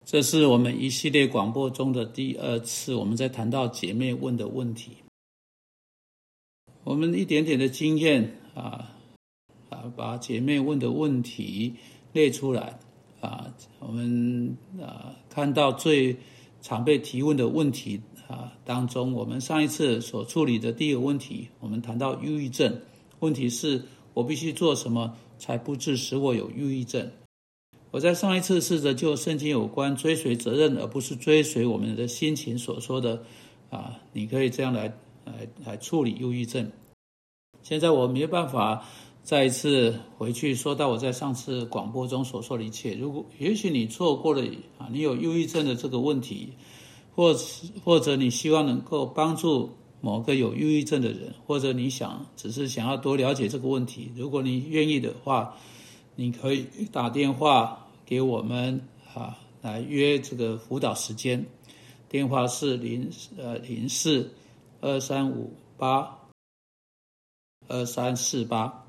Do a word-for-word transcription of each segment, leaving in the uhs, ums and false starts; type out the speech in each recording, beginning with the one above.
这是我们一系列广播中的第二次，我们在谈到姐妹问的问题。我们一点点的经验啊啊，把姐妹问的问题列出来啊。我们啊看到最常被提问的问题啊当中，我们上一次所处理的第一个问题，我们谈到忧郁症。问题是我必须做什么才不致使我有忧郁症？我在上一次试着就圣经有关追随责任，而不是追随我们的心情所说的啊，你可以这样来来来处理忧郁症。现在我没有办法再一次回去说到我在上次广播中所说的一切。如果也许你错过了啊，你有忧郁症的这个问题，或或者你希望能够帮助某个有忧郁症的人，或者你想只是想要多了解这个问题，如果你愿意的话，你可以打电话给我们啊，来约这个辅导时间。电话是零呃零四二三五八二三四八。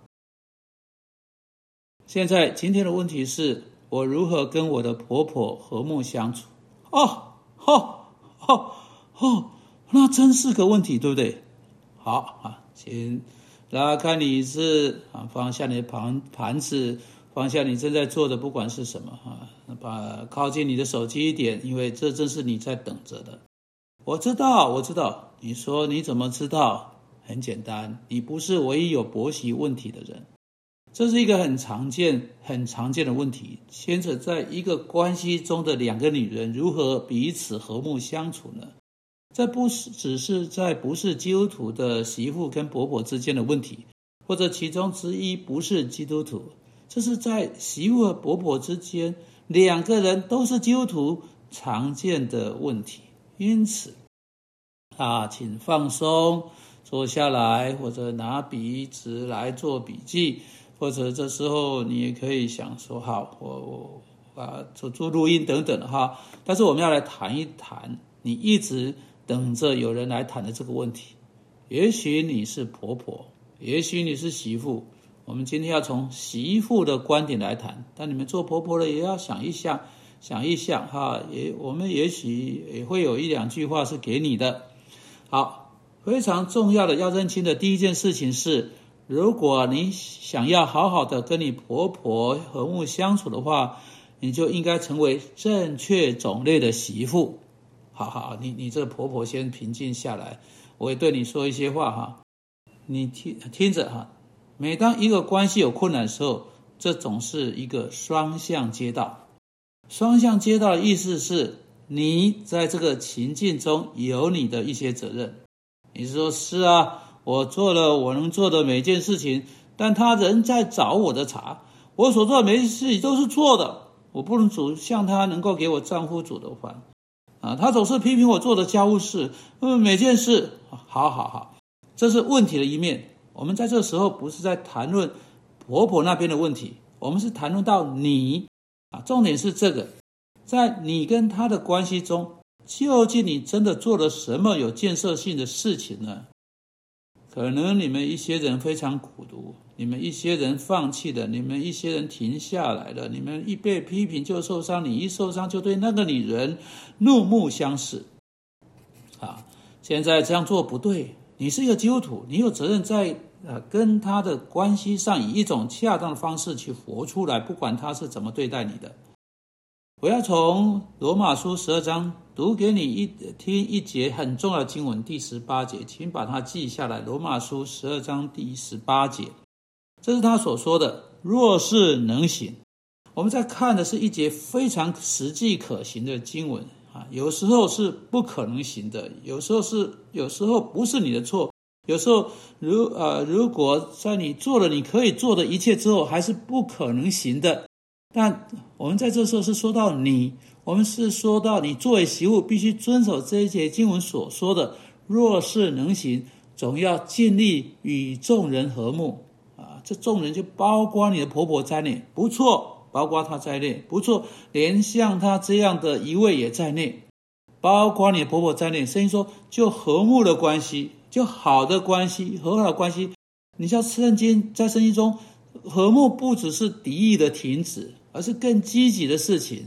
现在今天的问题是我如何跟我的婆婆和睦相处？哦哦哦哦，那真是个问题，对不对？好啊，请拉开你是啊，放下你的盘盘子。放下你正在做的不管是什么啊，把靠近你的手机一点，因为这正是你在等着的。我知道我知道，你说你怎么知道？很简单，你不是唯一有婆媳问题的人。这是一个很常见很常见的问题，牵扯在一个关系中的两个女人如何彼此和睦相处呢？这不是只是在不是基督徒的媳妇跟婆婆之间的问题，或者其中之一不是基督徒，这是在媳妇和婆婆之间，两个人都是基督徒常见的问题。因此啊，请放松，坐下来，或者拿笔纸来做笔记，或者这时候你也可以想说，好，我我啊做做录音等等哈。但是我们要来谈一谈，你一直等着有人来谈的这个问题。也许你是婆婆，也许你是媳妇。我们今天要从媳妇的观点来谈，但你们做婆婆的也要想一想，想一想哈，也我们也许也会有一两句话是给你的。好，非常重要的要认清的第一件事情是，如果你想要好好的跟你婆婆和睦相处的话，你就应该成为正确种类的媳妇。好好，你你这个婆婆先平静下来，我也对你说一些话哈，你听听着哈。每当一个关系有困难的时候，这总是一个双向街道。双向街道的意思是，你在这个情境中有你的一些责任。你说是啊，我做了我能做的每件事情，但他仍在找我的茬。我所做的每件事情都是错的，我不能主向他能够给我丈夫煮的饭啊，他总是批评我做的家务事，嗯，每件事，好好好，这是问题的一面。我们在这时候不是在谈论婆婆那边的问题，我们是谈论到你啊，重点是这个，在你跟她的关系中，究竟你真的做了什么有建设性的事情呢？可能你们一些人非常苦读，你们一些人放弃了，你们一些人停下来了，你们一被批评就受伤，你一受伤就对那个女人怒目相视啊！现在这样做不对。你是一个基督徒，你有责任在呃跟他的关系上以一种恰当的方式去活出来，不管他是怎么对待你的。我要从罗马书十二章读给你一听一节很重要的经文，第十八节，请把它记下来。罗马书十二章第十八节，这是他所说的，若是能行。我们在看的是一节非常实际可行的经文啊，有时候是不可能行的，有时候是，有时候不是你的错，有时候如呃，如果在你做了你可以做的一切之后，还是不可能行的。但我们在这时候是说到你，我们是说到你作为媳妇必须遵守这一节经文所说的，若是能行，总要尽力与众人和睦啊。这众人就包括你的婆婆在内，不错。包括他在内，不错，连像他这样的一位也在内，包括你的婆婆在内。圣经说，就和睦的关系，就好的关系，和好的关系。你像圣经，在圣经中，和睦不只是敌意的停止，而是更积极的事情。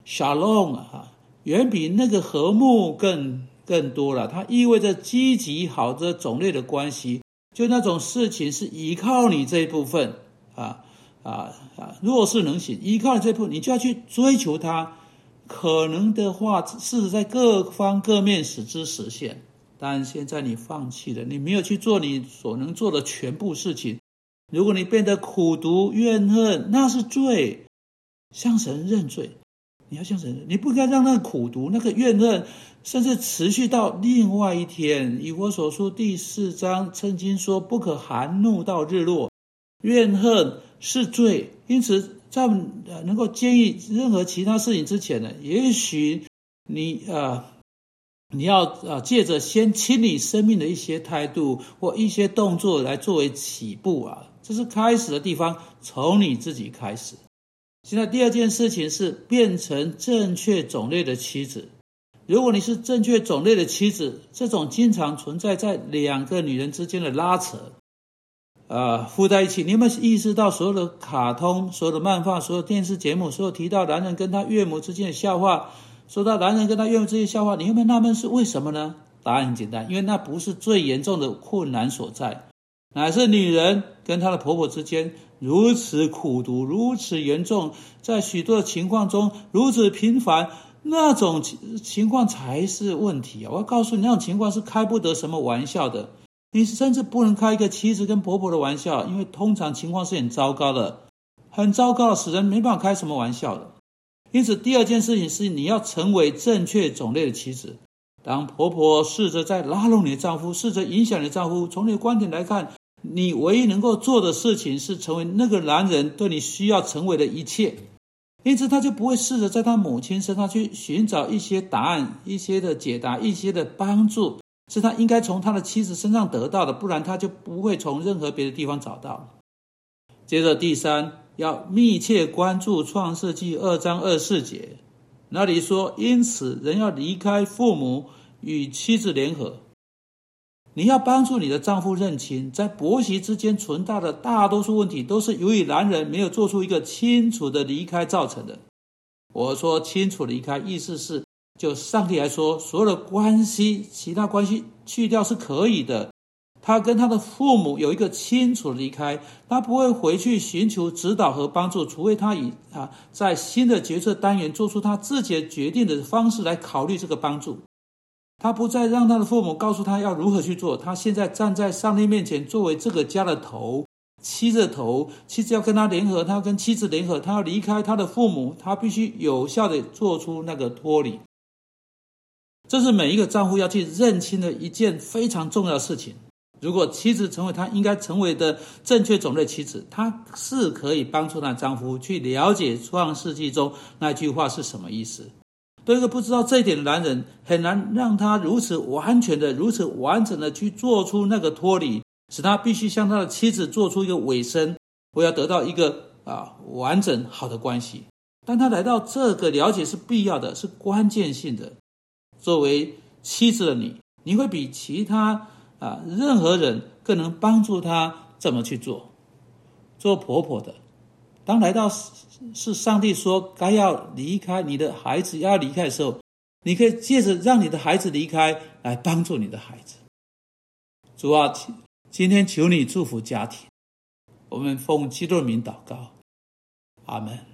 shalom 啊，远比那个和睦更更多了。它意味着积极好的种类的关系，就那种事情是依靠你这一部分啊啊啊，若是能行，依靠你这一部分，你就要去追求它。可能的话，是在各方各面使之实现。但现在你放弃了，你没有去做你所能做的全部事情。如果你变得苦毒怨恨，那是罪，向神认罪。你要向神认罪，你不该让那个苦毒、那个怨恨，甚至持续到另外一天。以弗所书第四章曾经说，不可含怒到日落。怨恨是罪，因此在能够建议任何其他事情之前呢，也许你呃。你要呃借着先清理生命的一些态度或一些动作来作为起步啊，这是开始的地方，从你自己开始。现在第二件事情是变成正确种类的妻子。如果你是正确种类的妻子，这种经常存在在两个女人之间的拉扯呃，附在一起，你有没有意识到所有的卡通、所有的漫画、所有电视节目，所有提到男人跟他岳母之间的笑话，说到男人跟他岳母之间的笑话，你有没有纳闷是为什么呢？答案很简单，因为那不是最严重的困难所在，乃是女人跟她的婆婆之间如此苦毒，如此严重，在许多的情况中如此频繁，那种情况才是问题啊！我要告诉你，那种情况是开不得什么玩笑的。你甚至不能开一个妻子跟婆婆的玩笑，因为通常情况是很糟糕的，很糟糕的，使人没办法开什么玩笑的。因此第二件事情是你要成为正确种类的妻子。当婆婆试着在拉拢你的丈夫，试着影响你的丈夫，从你的观点来看，你唯一能够做的事情是成为那个男人对你需要成为的一切。因此他就不会试着在他母亲身上去寻找一些答案，一些的解答，一些的帮助，是他应该从他的妻子身上得到的，不然他就不会从任何别的地方找到。接着第三，要密切关注创世纪二章二十四节，那里说，因此人要离开父母，与妻子联合。你要帮助你的丈夫认清，在婆媳之间存在的大多数问题，都是由于男人没有做出一个清楚的离开造成的。我说清楚离开，意思是就上帝来说，所有的关系，其他关系去掉是可以的。他跟他的父母有一个清楚的离开，他不会回去寻求指导和帮助，除非他以啊在新的决策单元做出他自己的决定的方式来考虑这个帮助。他不再让他的父母告诉他要如何去做，他现在站在上帝面前，作为这个家的头，妻子的头，妻子要跟他联合，他要跟妻子联合，他要离开他的父母，他必须有效的做出那个脱离。这是每一个丈夫要去认清的一件非常重要的事情。如果妻子成为他应该成为的正确种类妻子，她是可以帮助她丈夫去了解创世纪中那句话是什么意思。对一个不知道这一点的男人，很难让他如此完全的、如此完整的去做出那个脱离，使他必须向他的妻子做出一个委身，我要得到一个啊完整好的关系。但他来到这个了解是必要的，是关键性的。作为妻子的你，你会比其他啊任何人更能帮助他怎么去做。做婆婆的，当来到是上帝说该要离开你的孩子要离开的时候，你可以借着让你的孩子离开来帮助你的孩子。主啊，今天求你祝福家庭，我们奉基督的名祷告，阿们。